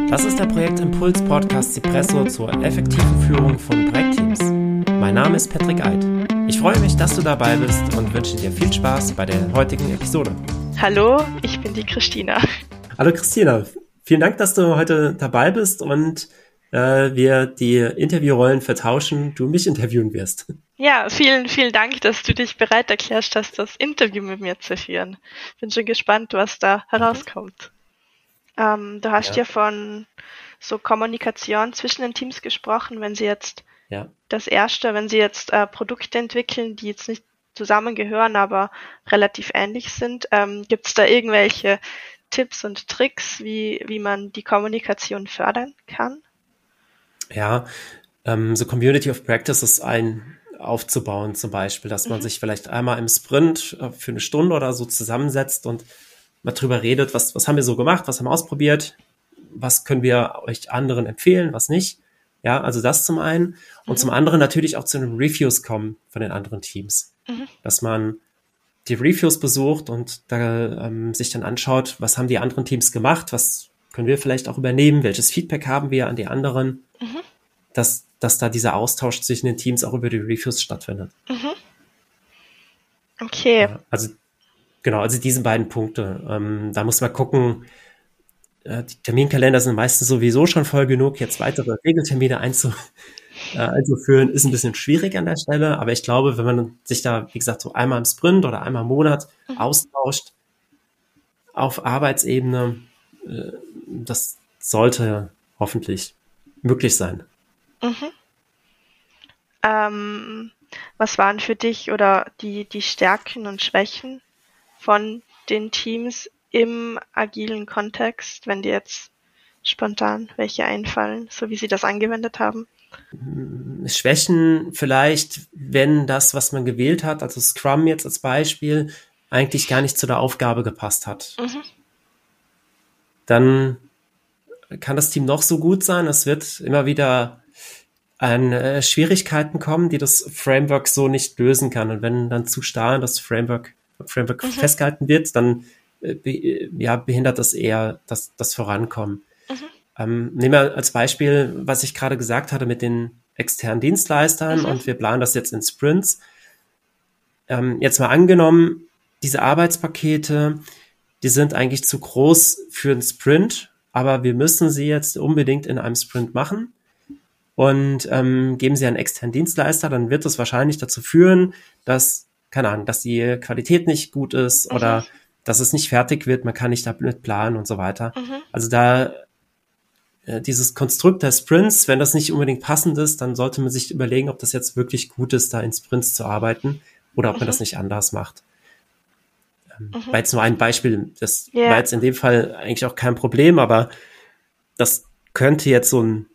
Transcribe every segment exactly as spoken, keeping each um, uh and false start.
Das ist der Projektimpuls-Podcast Cipresso zur effektiven Führung von Projektteams. Mein Name ist Patrick Eid. Ich freue mich, dass du dabei bist und wünsche dir viel Spaß bei der heutigen Episode. Hallo, ich bin die Christina. Hallo Christina, vielen Dank, dass du heute dabei bist und äh, wir die Interviewrollen vertauschen, du mich interviewen wirst. Ja, vielen, vielen Dank, dass du dich bereit erklärst hast, das Interview mit mir zu führen. Bin schon gespannt, was da herauskommt. Ähm, du hast ja. ja von so Kommunikation zwischen den Teams gesprochen, wenn sie jetzt ja. das erste, wenn sie jetzt äh, Produkte entwickeln, die jetzt nicht zusammengehören, aber relativ ähnlich sind. Ähm, gibt es da irgendwelche Tipps und Tricks, wie, wie man die Kommunikation fördern kann? Ja, ähm, so Community of Practices ein aufzubauen zum Beispiel, dass man mhm. sich vielleicht einmal im Sprint äh, für eine Stunde oder so zusammensetzt und mal drüber redet, was, was haben wir so gemacht, was haben wir ausprobiert, was können wir euch anderen empfehlen, was nicht. Ja, also das zum einen. Und mhm. zum anderen natürlich auch zu den Reviews kommen von den anderen Teams. Mhm. Dass man die Reviews besucht und da ähm, sich dann anschaut, was haben die anderen Teams gemacht, was können wir vielleicht auch übernehmen, welches Feedback haben wir an die anderen, mhm. dass, dass da dieser Austausch zwischen den Teams auch über die Reviews stattfindet. Mhm. Okay. Ja, also Genau, also diese beiden Punkte. Ähm, da muss man gucken, äh, die Terminkalender sind meistens sowieso schon voll genug. Jetzt weitere Regeltermine einzu, äh, einzuführen, ist ein bisschen schwierig an der Stelle. Aber ich glaube, wenn man sich da, wie gesagt, so einmal im Sprint oder einmal im Monat mhm. austauscht, auf Arbeitsebene, äh, das sollte hoffentlich möglich sein. Mhm. Ähm, was waren für dich oder die, die Stärken und Schwächen von den Teams im agilen Kontext, wenn dir jetzt spontan welche einfallen, so wie sie das angewendet haben? Schwächen vielleicht, wenn das, was man gewählt hat, also Scrum jetzt als Beispiel, eigentlich gar nicht zu der Aufgabe gepasst hat. Mhm. Dann kann das Team noch so gut sein, es wird immer wieder an äh, Schwierigkeiten kommen, die das Framework so nicht lösen kann. Und wenn dann zu starr das Framework Framework mhm. festgehalten wird, dann äh, be, ja, behindert das eher das, das Vorankommen. Mhm. Ähm, nehmen wir als Beispiel, was ich gerade gesagt hatte mit den externen Dienstleistern mhm. und wir planen das jetzt in Sprints. Ähm, jetzt mal angenommen, diese Arbeitspakete, die sind eigentlich zu groß für einen Sprint, aber wir müssen sie jetzt unbedingt in einem Sprint machen und ähm, geben sie einen externen Dienstleister, dann wird das wahrscheinlich dazu führen, dass keine Ahnung, dass die Qualität nicht gut ist mhm. oder dass es nicht fertig wird, man kann nicht damit planen und so weiter. Mhm. Also da äh, dieses Konstrukt der Sprints, wenn das nicht unbedingt passend ist, dann sollte man sich überlegen, ob das jetzt wirklich gut ist, da in Sprints zu arbeiten oder ob mhm. man das nicht anders macht. Ähm, mhm. War jetzt nur ein Beispiel, das yeah. war jetzt in dem Fall eigentlich auch kein Problem, aber das könnte jetzt so ein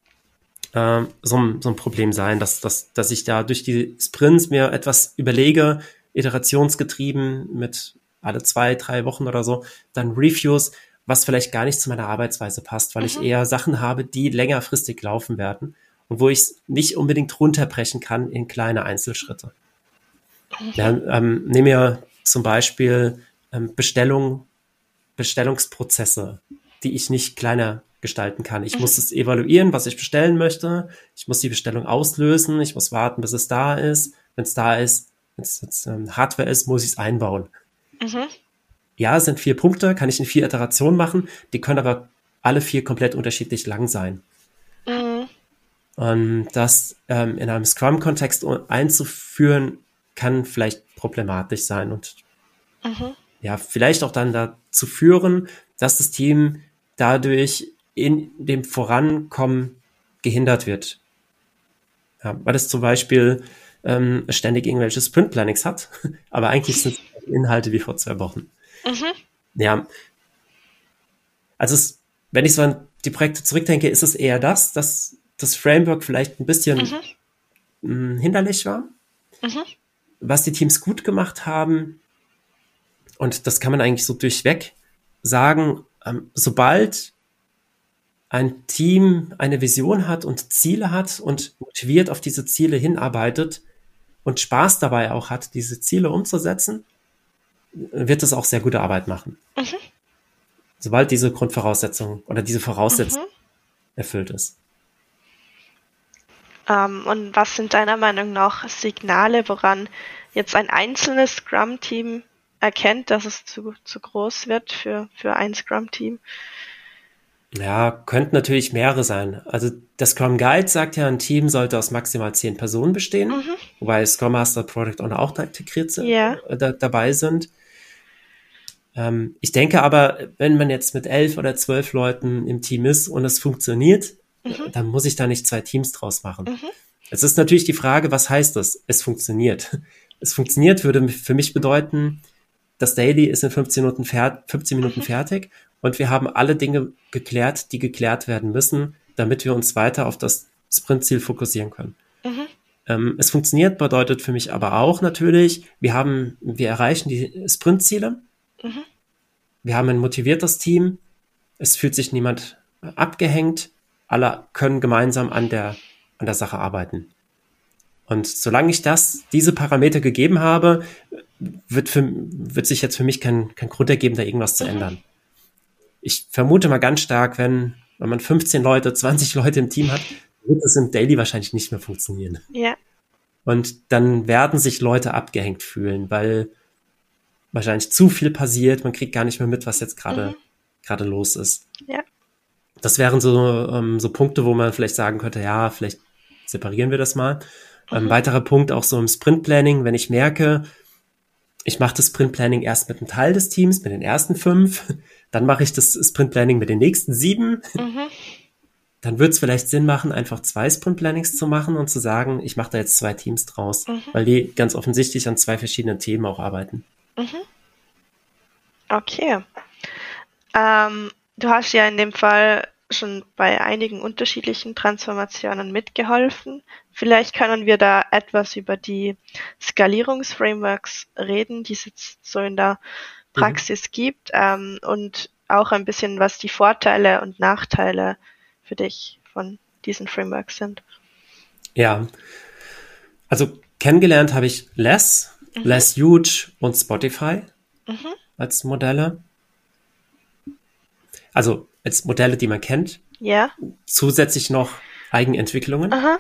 Uh, so, ein, so ein Problem sein, dass, dass, dass ich da durch die Sprints mir etwas überlege, iterationsgetrieben mit alle zwei, drei Wochen oder so, dann Reviews, was vielleicht gar nicht zu meiner Arbeitsweise passt, weil mhm. ich eher Sachen habe, die längerfristig laufen werden und wo ich es nicht unbedingt runterbrechen kann in kleine Einzelschritte. Mhm. Ja, ähm, nehmen wir zum Beispiel ähm, Bestellung, Bestellungsprozesse, die ich nicht kleiner gestalten kann. Ich mhm. muss es evaluieren, was ich bestellen möchte. Ich muss die Bestellung auslösen. Ich muss warten, bis es da ist. Wenn es da ist, wenn es jetzt ähm, Hardware ist, muss ich es einbauen. Mhm. Ja, es sind vier Punkte, kann ich in vier Iterationen machen. Die können aber alle vier komplett unterschiedlich lang sein. Mhm. Und das ähm, in einem Scrum-Kontext einzuführen, kann vielleicht problematisch sein und mhm. ja, vielleicht auch dann dazu führen, dass das Team dadurch in dem Vorankommen gehindert wird. Ja, weil es zum Beispiel ähm, ständig irgendwelche Sprint-Plannings hat, aber eigentlich sind es Inhalte wie vor zwei Wochen. Mhm. Ja, also es, wenn ich so an die Projekte zurückdenke, ist es eher das, dass das Framework vielleicht ein bisschen mhm. mh, hinderlich war, mhm. was die Teams gut gemacht haben, und das kann man eigentlich so durchweg sagen, ähm, sobald ein Team eine Vision hat und Ziele hat und motiviert auf diese Ziele hinarbeitet und Spaß dabei auch hat, diese Ziele umzusetzen, wird es auch sehr gute Arbeit machen. Mhm. sobald diese Grundvoraussetzung oder diese Voraussetzung Mhm. erfüllt ist. Ähm, und was sind deiner Meinung nach Signale, woran jetzt ein einzelnes Scrum-Team erkennt, dass es zu, zu groß wird für, für ein Scrum-Team? Ja, könnten natürlich mehrere sein. Also der Scrum Guide sagt ja, ein Team sollte aus maximal zehn Personen bestehen, Mhm. wobei Scrum Master, Product Owner auch da integriert sind, Ja. äh, da, dabei sind. Ähm, ich denke aber, wenn man jetzt mit elf oder zwölf Leuten im Team ist und es funktioniert, Mhm. dann muss ich da nicht zwei Teams draus machen. Mhm. Es ist natürlich die Frage, was heißt das? Es funktioniert. Es funktioniert würde für mich bedeuten, das Daily ist in fünfzehn Minuten, fer- fünfzehn Minuten Mhm. fertig und wir haben alle Dinge geklärt, die geklärt werden müssen, damit wir uns weiter auf das Sprintziel fokussieren können. Mhm. Ähm, es funktioniert bedeutet für mich aber auch natürlich, wir haben, wir erreichen die Sprintziele, Mhm. wir haben ein motiviertes Team, es fühlt sich niemand abgehängt, alle können gemeinsam an der, an der Sache arbeiten. Und solange ich das, diese Parameter gegeben habe, wird, für, wird sich jetzt für mich kein, kein Grund ergeben, da irgendwas zu Mhm. ändern. Ich vermute mal ganz stark, wenn, wenn man fünfzehn Leute, zwanzig Leute im Team hat, wird es im Daily wahrscheinlich nicht mehr funktionieren. Ja. Und dann werden sich Leute abgehängt fühlen, weil wahrscheinlich zu viel passiert, man kriegt gar nicht mehr mit, was jetzt gerade Mhm. gerade los ist. Ja. Das wären so, ähm, so Punkte, wo man vielleicht sagen könnte, ja, vielleicht separieren wir das mal. Ein Mhm. weiterer Punkt auch so im Sprint-Planning, wenn ich merke, ich mache das Sprint-Planning erst mit einem Teil des Teams, mit den ersten fünf, dann mache ich das Sprint-Planning mit den nächsten sieben, Mhm. dann wird es vielleicht Sinn machen, einfach zwei Sprint-Plannings zu machen und zu sagen, ich mache da jetzt zwei Teams draus, Mhm. weil die ganz offensichtlich an zwei verschiedenen Themen auch arbeiten. Mhm. Okay. Ähm, du hast ja in dem Fall schon bei einigen unterschiedlichen Transformationen mitgeholfen. Vielleicht können wir da etwas über die Skalierungsframeworks reden, die es jetzt so in der Praxis mhm. gibt, ähm, und auch ein bisschen, was die Vorteile und Nachteile für dich von diesen Frameworks sind. Ja, also kennengelernt habe ich Less, mhm. Less Huge und Spotify mhm. als Modelle. Also als Modelle, die man kennt. Ja. Zusätzlich noch Eigenentwicklungen. Aha.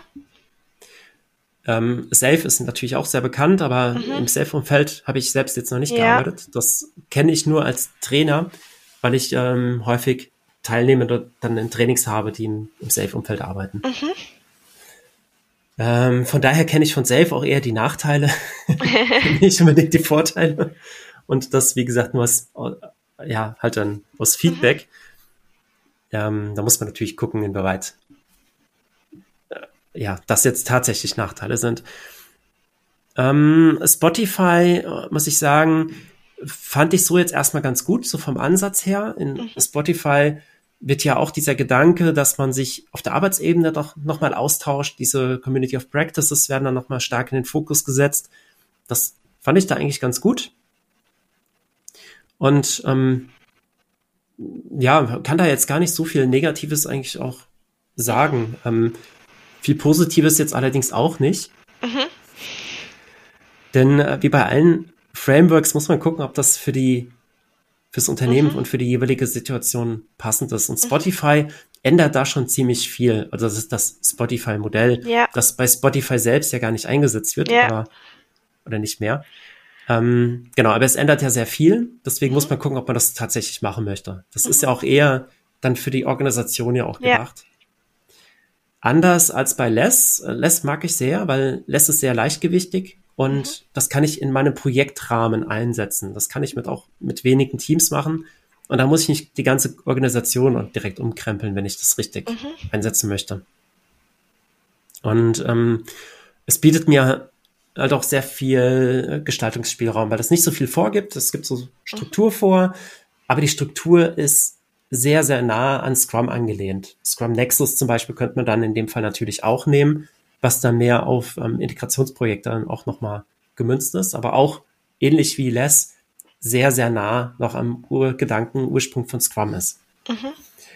Ähm, Safe ist natürlich auch sehr bekannt, aber mhm. im Safe-Umfeld habe ich selbst jetzt noch nicht ja. gearbeitet. Das kenne ich nur als Trainer, weil ich ähm, häufig Teilnehmer dann in Trainings habe, die im, im Safe-Umfeld arbeiten. Mhm. Ähm, von daher kenne ich von Safe auch eher die Nachteile, nicht unbedingt die Vorteile. Und das, wie gesagt, nur aus, ja, halt dann aus Feedback. Mhm. Ähm, da muss man natürlich gucken, inwieweit äh, ja, das jetzt tatsächlich Nachteile sind. Ähm, Spotify, muss ich sagen, fand ich so jetzt erstmal ganz gut, so vom Ansatz her. In mhm. Spotify wird ja auch dieser Gedanke, dass man sich auf der Arbeitsebene doch nochmal austauscht. Diese Community of Practices werden dann nochmal stark in den Fokus gesetzt. Das fand ich da eigentlich ganz gut. Und ähm, ja, kann da jetzt gar nicht so viel Negatives eigentlich auch sagen. Ähm, viel Positives jetzt allerdings auch nicht. Mhm. Denn äh, wie bei allen Frameworks muss man gucken, ob das für die fürs Unternehmen mhm. und für die jeweilige Situation passend ist. Und Spotify mhm. ändert da schon ziemlich viel. Also das ist das Spotify-Modell, ja. das bei Spotify selbst ja gar nicht eingesetzt wird, ja. aber oder nicht mehr. Ähm, genau, aber es ändert ja sehr viel. Deswegen mhm. muss man gucken, ob man das tatsächlich machen möchte. Das mhm. ist ja auch eher dann für die Organisation ja auch gedacht. Ja. Anders als bei Less. Less mag ich sehr, weil Less ist sehr leichtgewichtig und mhm. das kann ich in meinem Projektrahmen einsetzen. Das kann ich mit auch mit wenigen Teams machen und da muss ich nicht die ganze Organisation direkt umkrempeln, wenn ich das richtig mhm. einsetzen möchte. Und ähm, es bietet mir halt auch sehr viel Gestaltungsspielraum, weil das nicht so viel vorgibt. Es gibt so Struktur vor, aber die Struktur ist sehr, sehr nah an Scrum angelehnt. Scrum Nexus zum Beispiel könnte man dann in dem Fall natürlich auch nehmen, was dann mehr auf ähm, Integrationsprojekte dann auch nochmal gemünzt ist, aber auch ähnlich wie Less sehr, sehr nah noch am Urgedanken, Ursprung von Scrum ist. Mhm.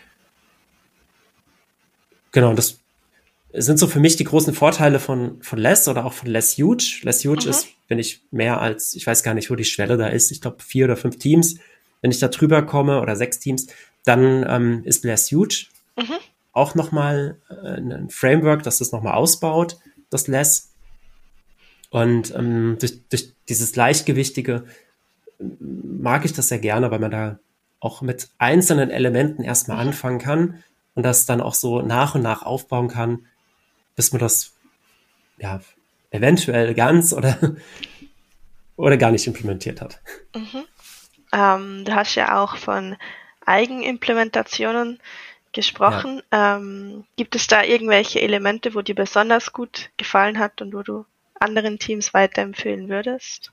Genau, das sind so für mich die großen Vorteile von, von Less oder auch von Less Huge. Less Huge mhm. ist, wenn ich mehr als, ich weiß gar nicht, wo die Schwelle da ist, ich glaube vier oder fünf Teams, wenn ich da drüber komme, oder sechs Teams, dann ähm, ist Less huge. Mhm. Auch nochmal äh, ein Framework, das das nochmal ausbaut, das Less. Und ähm, durch, durch dieses Leichtgewichtige mag ich das sehr gerne, weil man da auch mit einzelnen Elementen erstmal mhm. anfangen kann und das dann auch so nach und nach aufbauen kann, bis man das ja eventuell ganz oder, oder gar nicht implementiert hat. Mhm. Ähm, du hast ja auch von Eigenimplementationen gesprochen. Ja. Ähm, gibt es da irgendwelche Elemente, wo dir besonders gut gefallen hat und wo du anderen Teams weiterempfehlen würdest?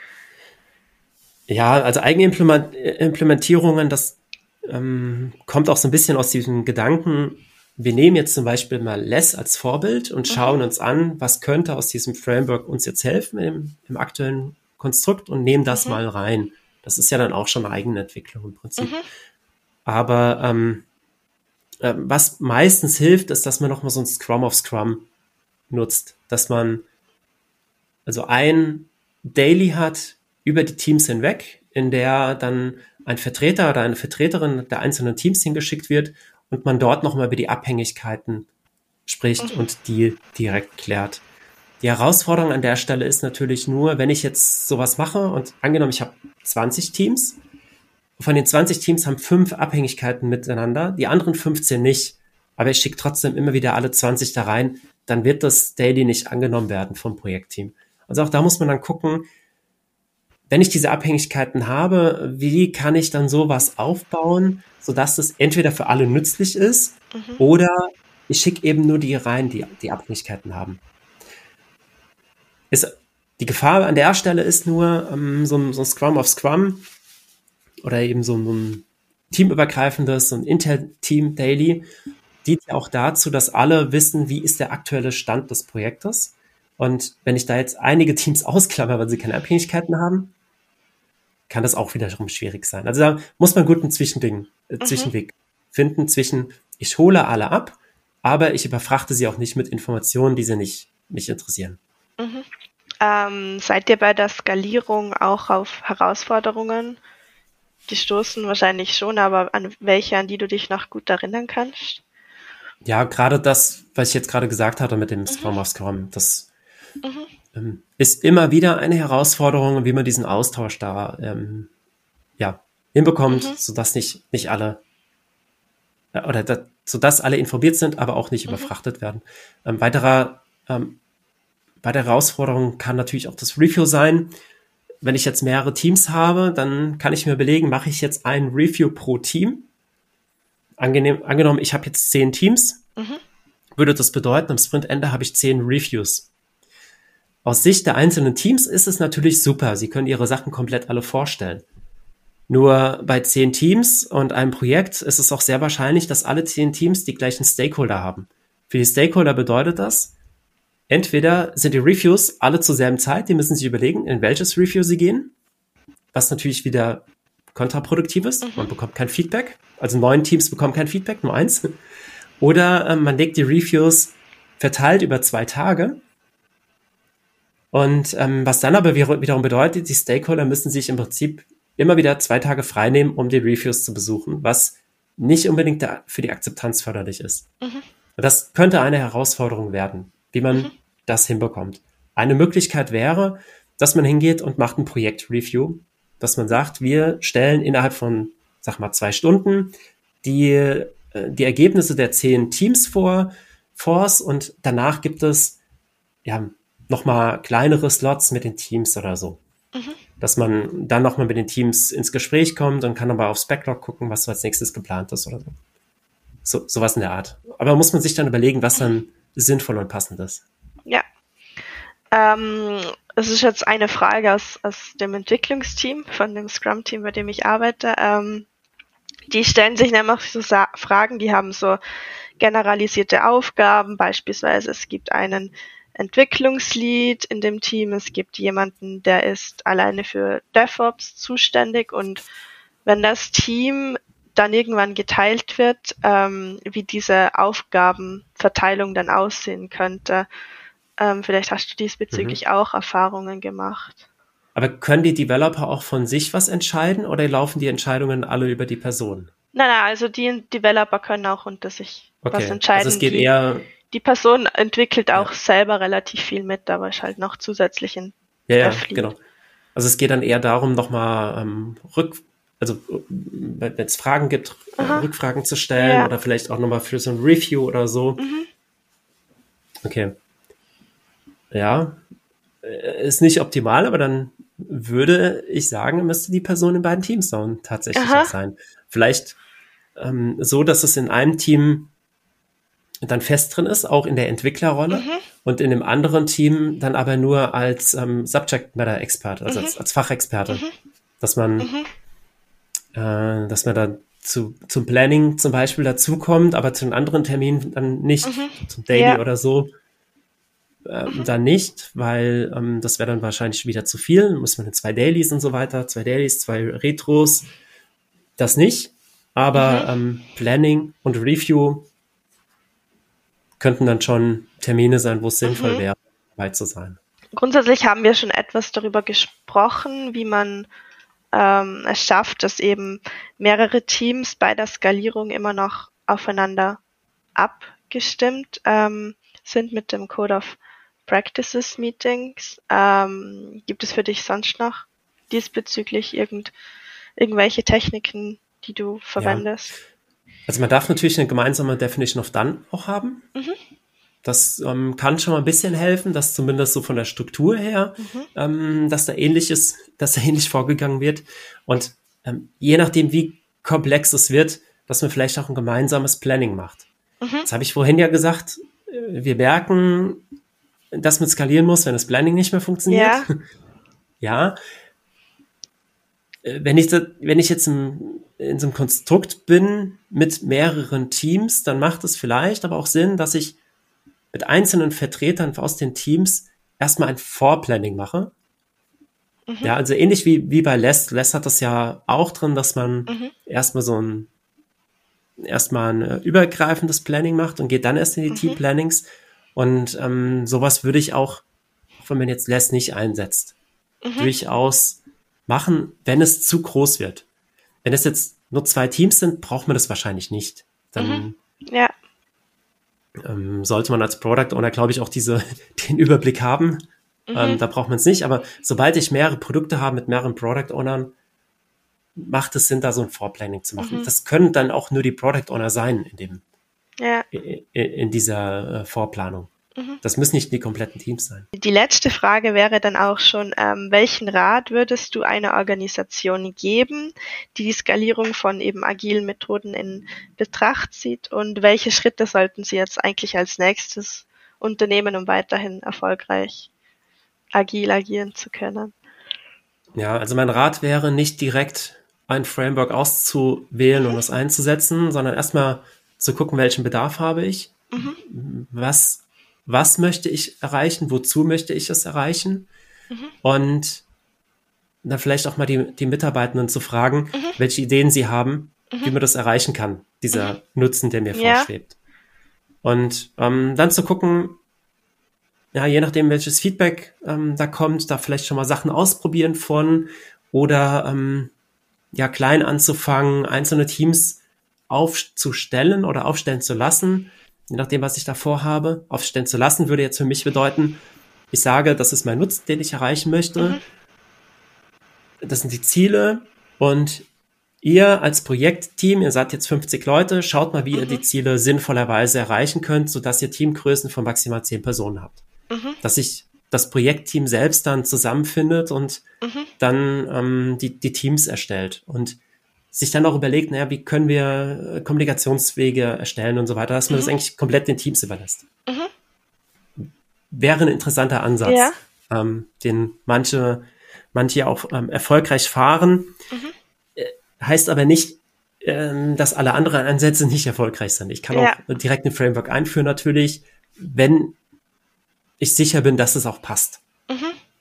Ja, also Eigenimplementierungen, das ähm, kommt auch so ein bisschen aus diesem Gedanken, wir nehmen jetzt zum Beispiel mal Less als Vorbild und schauen mhm. uns an, was könnte aus diesem Framework uns jetzt helfen im, im aktuellen Konstrukt und nehmen das mhm. mal rein. Das ist ja dann auch schon eine Eigenentwicklung im Prinzip. Mhm. Aber ähm, äh, was meistens hilft, ist, dass man nochmal so ein Scrum of Scrum nutzt. Dass man also ein Daily hat über die Teams hinweg, in der dann ein Vertreter oder eine Vertreterin der einzelnen Teams hingeschickt wird und man dort nochmal über die Abhängigkeiten spricht mhm. und die direkt klärt. Die Herausforderung an der Stelle ist natürlich nur, wenn ich jetzt sowas mache und angenommen, ich habe zwanzig Teams, von den zwanzig Teams haben fünf Abhängigkeiten miteinander, die anderen fünfzehn nicht, aber ich schicke trotzdem immer wieder alle zwanzig da rein, dann wird das Daily nicht angenommen werden vom Projektteam. Also auch da muss man dann gucken, wenn ich diese Abhängigkeiten habe, wie kann ich dann sowas aufbauen, sodass es entweder für alle nützlich ist mhm. oder ich schicke eben nur die rein, die die Abhängigkeiten haben. Ist, die Gefahr an der Stelle ist nur ähm, so, ein, so ein Scrum of Scrum oder eben so, so ein teamübergreifendes, so ein Intel-Team-Daily, dient ja auch dazu, dass alle wissen, wie ist der aktuelle Stand des Projektes. Und wenn ich da jetzt einige Teams ausklammer, weil sie keine Abhängigkeiten haben, kann das auch wiederum schwierig sein. Also da muss man gut einen Zwischending, äh, mhm. Zwischenweg finden zwischen, ich hole alle ab, aber ich überfrachte sie auch nicht mit Informationen, die sie nicht, nicht interessieren. Mhm. Ähm, seid ihr bei der Skalierung auch auf Herausforderungen gestoßen? Wahrscheinlich schon, aber an welche, an die du dich noch gut erinnern kannst? Ja, gerade das, was ich jetzt gerade gesagt hatte mit dem mhm. Scrum of Scrum, das mhm. ähm, ist immer wieder eine Herausforderung, wie man diesen Austausch da ähm, ja, hinbekommt, mhm. sodass nicht, nicht alle äh, oder da, sodass alle informiert sind, aber auch nicht mhm. überfrachtet werden. Ähm, weiterer ähm, bei der Herausforderung kann natürlich auch das Review sein. Wenn ich jetzt mehrere Teams habe, dann kann ich mir überlegen, mache ich jetzt ein Review pro Team? Angenehm, angenommen, ich habe jetzt zehn Teams, mhm. würde das bedeuten, am Sprintende habe ich zehn Reviews. Aus Sicht der einzelnen Teams ist es natürlich super. Sie können ihre Sachen komplett alle vorstellen. Nur bei zehn Teams und einem Projekt ist es auch sehr wahrscheinlich, dass alle zehn Teams die gleichen Stakeholder haben. Für die Stakeholder bedeutet das, entweder sind die Reviews alle zur selben Zeit, die müssen sich überlegen, in welches Review sie gehen, was natürlich wieder kontraproduktiv ist. Mhm. Man bekommt kein Feedback. Also neun Teams bekommen kein Feedback, nur eins. Oder ähm, man legt die Reviews verteilt über zwei Tage. Und ähm, was dann aber wiederum bedeutet, die Stakeholder müssen sich im Prinzip immer wieder zwei Tage freinehmen, um die Reviews zu besuchen, was nicht unbedingt für die Akzeptanz förderlich ist. Mhm. Und das könnte eine Herausforderung werden, wie man mhm. das hinbekommt. Eine Möglichkeit wäre, dass man hingeht und macht ein Projekt-Review, dass man sagt, wir stellen innerhalb von, sag mal, zwei Stunden die, die Ergebnisse der zehn Teams vor, Force und danach gibt es ja nochmal kleinere Slots mit den Teams oder so. Mhm. Dass man dann nochmal mit den Teams ins Gespräch kommt und kann aber aufs Backlog gucken, was so als nächstes geplant ist oder so. So sowas in der Art. Aber muss man sich dann überlegen, was dann sinnvoll und passend ist. Ja. Ähm, es ist jetzt eine Frage aus, aus dem Entwicklungsteam, von dem Scrum-Team, bei dem ich arbeite. Ähm, die stellen sich nämlich so Sa- Fragen, die haben so generalisierte Aufgaben, beispielsweise es gibt einen Entwicklungslead in dem Team, es gibt jemanden, der ist alleine für DevOps zuständig und wenn das Team dann irgendwann geteilt wird, ähm, wie diese Aufgabenverteilung dann aussehen könnte. Ähm, vielleicht hast du diesbezüglich mhm. auch Erfahrungen gemacht. Aber können die Developer auch von sich was entscheiden oder laufen die Entscheidungen alle über die Person? Nein, nein, also die Developer können auch unter sich Okay, was entscheiden. also es geht die, eher... die Person entwickelt auch Ja. selber relativ viel mit, aber ist halt noch zusätzlich in Ja, ja, Dev Lead. genau. Also es geht dann eher darum, nochmal ähm, rück, also wenn es Fragen gibt, äh, Aha. Rückfragen zu stellen Ja. oder vielleicht auch nochmal für so ein Review oder so. Mhm. Okay. Ja, äh, ist nicht optimal, aber dann würde ich sagen, müsste die Person in beiden Teams dann tatsächlich Aha. auch sein. Vielleicht ähm, so, dass es in einem Team dann fest drin ist, auch in der Entwicklerrolle, Mhm. und in dem anderen Team dann aber nur als ähm, Subject Matter Expert, also Mhm. als, als Fachexperte, Mhm. dass man, Mhm. äh, dass man dann zu, zum Planning zum Beispiel dazukommt, aber zu den anderen Terminen dann nicht, Mhm. zum Daily Ja. oder so, ähm, dann nicht, weil ähm, das wäre dann wahrscheinlich wieder zu viel. Dann muss man in zwei Dailies und so weiter, zwei Dailies, zwei Retros, das nicht. Aber Mhm. ähm, Planning und Review könnten dann schon Termine sein, wo es sinnvoll Mhm. wäre, dabei zu sein. Grundsätzlich haben wir schon etwas darüber gesprochen, wie man ähm, es schafft, dass eben mehrere Teams bei der Skalierung immer noch aufeinander abgestimmt ähm, sind mit dem Code of Practices Meetings. Ähm, gibt es für dich sonst noch diesbezüglich irgend, irgendwelche Techniken, die du verwendest? Also man darf natürlich eine gemeinsame Definition of Done auch haben. Mhm. Das ähm, kann schon mal ein bisschen helfen, dass zumindest so von der Struktur her, Mhm. ähm, dass da ähnliches, dass da ähnlich vorgegangen wird. Und ähm, je nachdem, wie komplex es wird, dass man vielleicht auch ein gemeinsames Planning macht. Mhm. Das habe ich vorhin ja gesagt. äh, Wir merken, dass man skalieren muss, wenn das Planning nicht mehr funktioniert. Ja. Ja. Äh, Wenn ich, da, wenn ich jetzt im, in so einem Konstrukt bin mit mehreren Teams, dann macht es vielleicht aber auch Sinn, dass ich mit einzelnen Vertretern aus den Teams erstmal ein Vorplanning mache. Mhm. Ja, also ähnlich wie, wie bei Les. Les hat das ja auch drin, dass man Mhm. erstmal so ein erstmal ein äh, übergreifendes Planning macht und geht dann erst in die Mhm. Team-Plannings. Und ähm, sowas würde ich auch, auch wenn man jetzt Les nicht einsetzt, Mhm. durchaus machen, wenn es zu groß wird. Wenn es jetzt nur zwei Teams sind, braucht man das wahrscheinlich nicht. Dann Mhm. Ja. ähm, sollte man als Product Owner, glaube ich, auch diese, den Überblick haben. Mhm. Ähm, da braucht man es nicht. Aber sobald ich mehrere Produkte habe mit mehreren Product Ownern, macht es Sinn, da so ein Vorplanning zu machen. Mhm. Das können dann auch nur die Product Owner sein in dem, Ja. in, in dieser äh, Vorplanung. Mhm. Das müssen nicht die kompletten Teams sein. Die letzte Frage wäre dann auch schon, ähm, welchen Rat würdest du einer Organisation geben, die die Skalierung von eben agilen Methoden in Betracht zieht, und welche Schritte sollten sie jetzt eigentlich als nächstes unternehmen, um weiterhin erfolgreich agil agieren zu können? Ja, also mein Rat wäre, nicht direkt ein Framework auszuwählen und das einzusetzen, sondern erstmal zu gucken, welchen Bedarf habe ich, Mhm. was, was möchte ich erreichen, wozu möchte ich es erreichen, Mhm. und dann vielleicht auch mal die, die Mitarbeitenden zu fragen, Mhm. welche Ideen sie haben, Mhm. wie man das erreichen kann, dieser Mhm. Nutzen, der mir Ja. vorschwebt. Und ähm, dann zu gucken, ja, je nachdem, welches Feedback ähm, da kommt, da vielleicht schon mal Sachen ausprobieren von, oder ähm, ja, klein anzufangen, einzelne Teams aufzustellen oder aufstellen zu lassen, je nachdem, was ich da vorhabe. Aufstellen zu lassen würde jetzt für mich bedeuten, ich sage, das ist mein Nutzen, den ich erreichen möchte. Mhm. Das sind die Ziele, und ihr als Projektteam, ihr seid jetzt fünfzig Leute, schaut mal, wie ihr Mhm. die Ziele sinnvollerweise erreichen könnt, sodass ihr Teamgrößen von maximal zehn Personen habt. Mhm. Dass sich das Projektteam selbst dann zusammenfindet und Mhm. dann ähm, die, die Teams erstellt und sich dann auch überlegt, naja, wie können wir äh, Kommunikationswege erstellen und so weiter, dass man das Mhm. eigentlich komplett den Teams überlässt. Mhm. Wäre ein interessanter Ansatz, Ja. ähm, den manche, manche auch ähm, erfolgreich fahren. Mhm. Äh, heißt aber nicht, ähm, dass alle anderen Ansätze nicht erfolgreich sind. Ich kann Ja. auch direkt ein Framework einführen natürlich, wenn ich sicher bin, dass es auch passt. Mhm.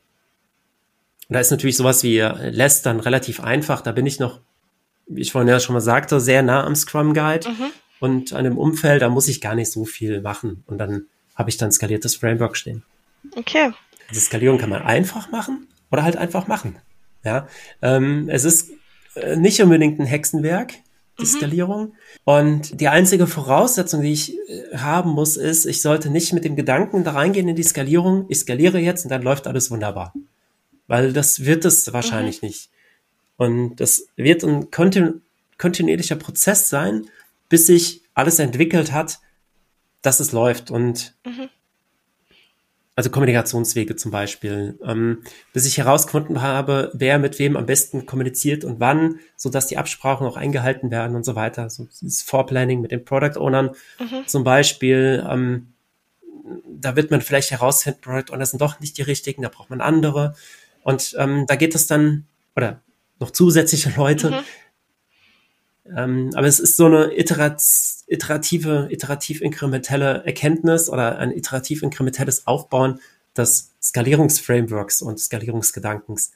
Und da ist natürlich sowas wie äh, Less dann relativ einfach. Da bin ich noch, wie ich vorhin ja schon mal sagte, sehr nah am Scrum Guide Mhm. und an dem Umfeld, da muss ich gar nicht so viel machen. Und dann habe ich dann skaliertes Framework stehen. Okay. Also Skalierung kann man einfach machen, oder halt einfach machen. Ja, ähm, es ist äh, nicht unbedingt ein Hexenwerk, die mhm. Skalierung. Und die einzige Voraussetzung, die ich äh, haben muss, ist, ich sollte nicht mit dem Gedanken da reingehen in die Skalierung, ich skaliere jetzt und dann läuft alles wunderbar. Weil das wird es wahrscheinlich mhm. nicht. Und das wird ein kontinu- kontinuierlicher Prozess sein, bis sich alles entwickelt hat, dass es läuft. Und mhm. also Kommunikationswege zum Beispiel, ähm, bis ich herausgefunden habe, wer mit wem am besten kommuniziert und wann, sodass die Absprachen auch eingehalten werden und so weiter. So dieses Vorplanning mit den Product Ownern mhm. zum Beispiel, ähm, da wird man vielleicht herausfinden, Product Owner sind doch nicht die richtigen, da braucht man andere. Und ähm, da geht es dann, oder noch zusätzliche Leute, mhm. Ähm, aber es ist so eine iterat- iterative, iterativ-inkrementelle Erkenntnis oder ein iterativ-inkrementelles Aufbauen des Skalierungsframeworks und Skalierungsgedankens.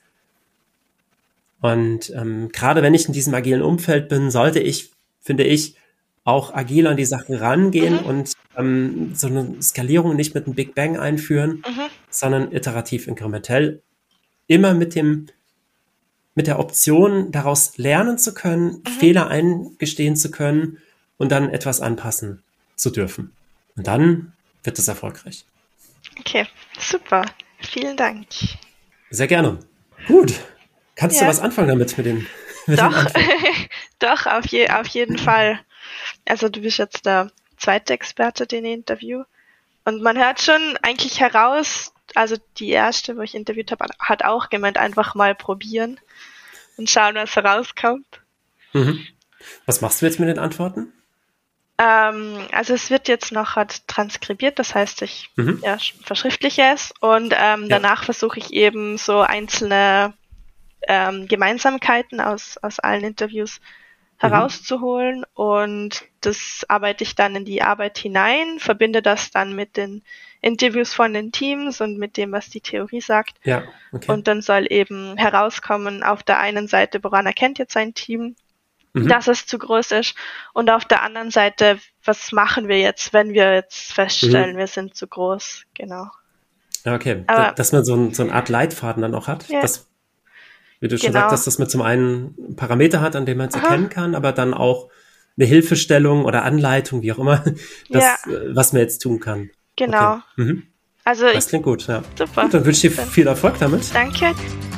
Und ähm, gerade wenn ich in diesem agilen Umfeld bin, sollte ich, finde ich, auch agil an die Sachen rangehen mhm. und ähm, so eine Skalierung nicht mit einem Big Bang einführen, mhm. sondern iterativ-inkrementell, immer mit dem mit der Option, daraus lernen zu können, mhm. Fehler eingestehen zu können und dann etwas anpassen zu dürfen. Und dann wird es erfolgreich. Okay, super. Vielen Dank. Sehr gerne. Gut. Kannst ja. du was anfangen damit mit den mit Doch, den Doch auf, je, auf jeden Fall. Also du bist jetzt der zweite Experte in dem Interview. Und man hört schon eigentlich heraus, also die erste, wo ich interviewt habe, hat auch gemeint, einfach mal probieren und schauen, was herauskommt. Mhm. Was machst du jetzt mit den Antworten? Ähm, also es wird jetzt noch halt transkribiert, das heißt, ich mhm. ja, verschriftliche es und ähm, ja. danach versuche ich eben so einzelne ähm, Gemeinsamkeiten aus, aus allen Interviews herauszuholen mhm. und das arbeite ich dann in die Arbeit hinein, verbinde das dann mit den Interviews von den Teams und mit dem, was die Theorie sagt. Ja, okay. Und dann soll eben herauskommen, auf der einen Seite, woran erkennt jetzt ein Team, mhm. dass es zu groß ist und auf der anderen Seite, was machen wir jetzt, wenn wir jetzt feststellen, mhm. wir sind zu groß. Genau. Ja, okay. Aber, dass man so, ein, so eine Art Leitfaden dann auch hat, ja. das wie du schon genau. sagst, dass man zum einen Parameter hat, an dem man es erkennen kann, aber dann auch eine Hilfestellung oder Anleitung, wie auch immer, das, ja. was man jetzt tun kann. Genau. Okay. Mhm. Also das klingt gut, ja. Super. Gut, dann wünsche ich dir viel Erfolg damit. Danke.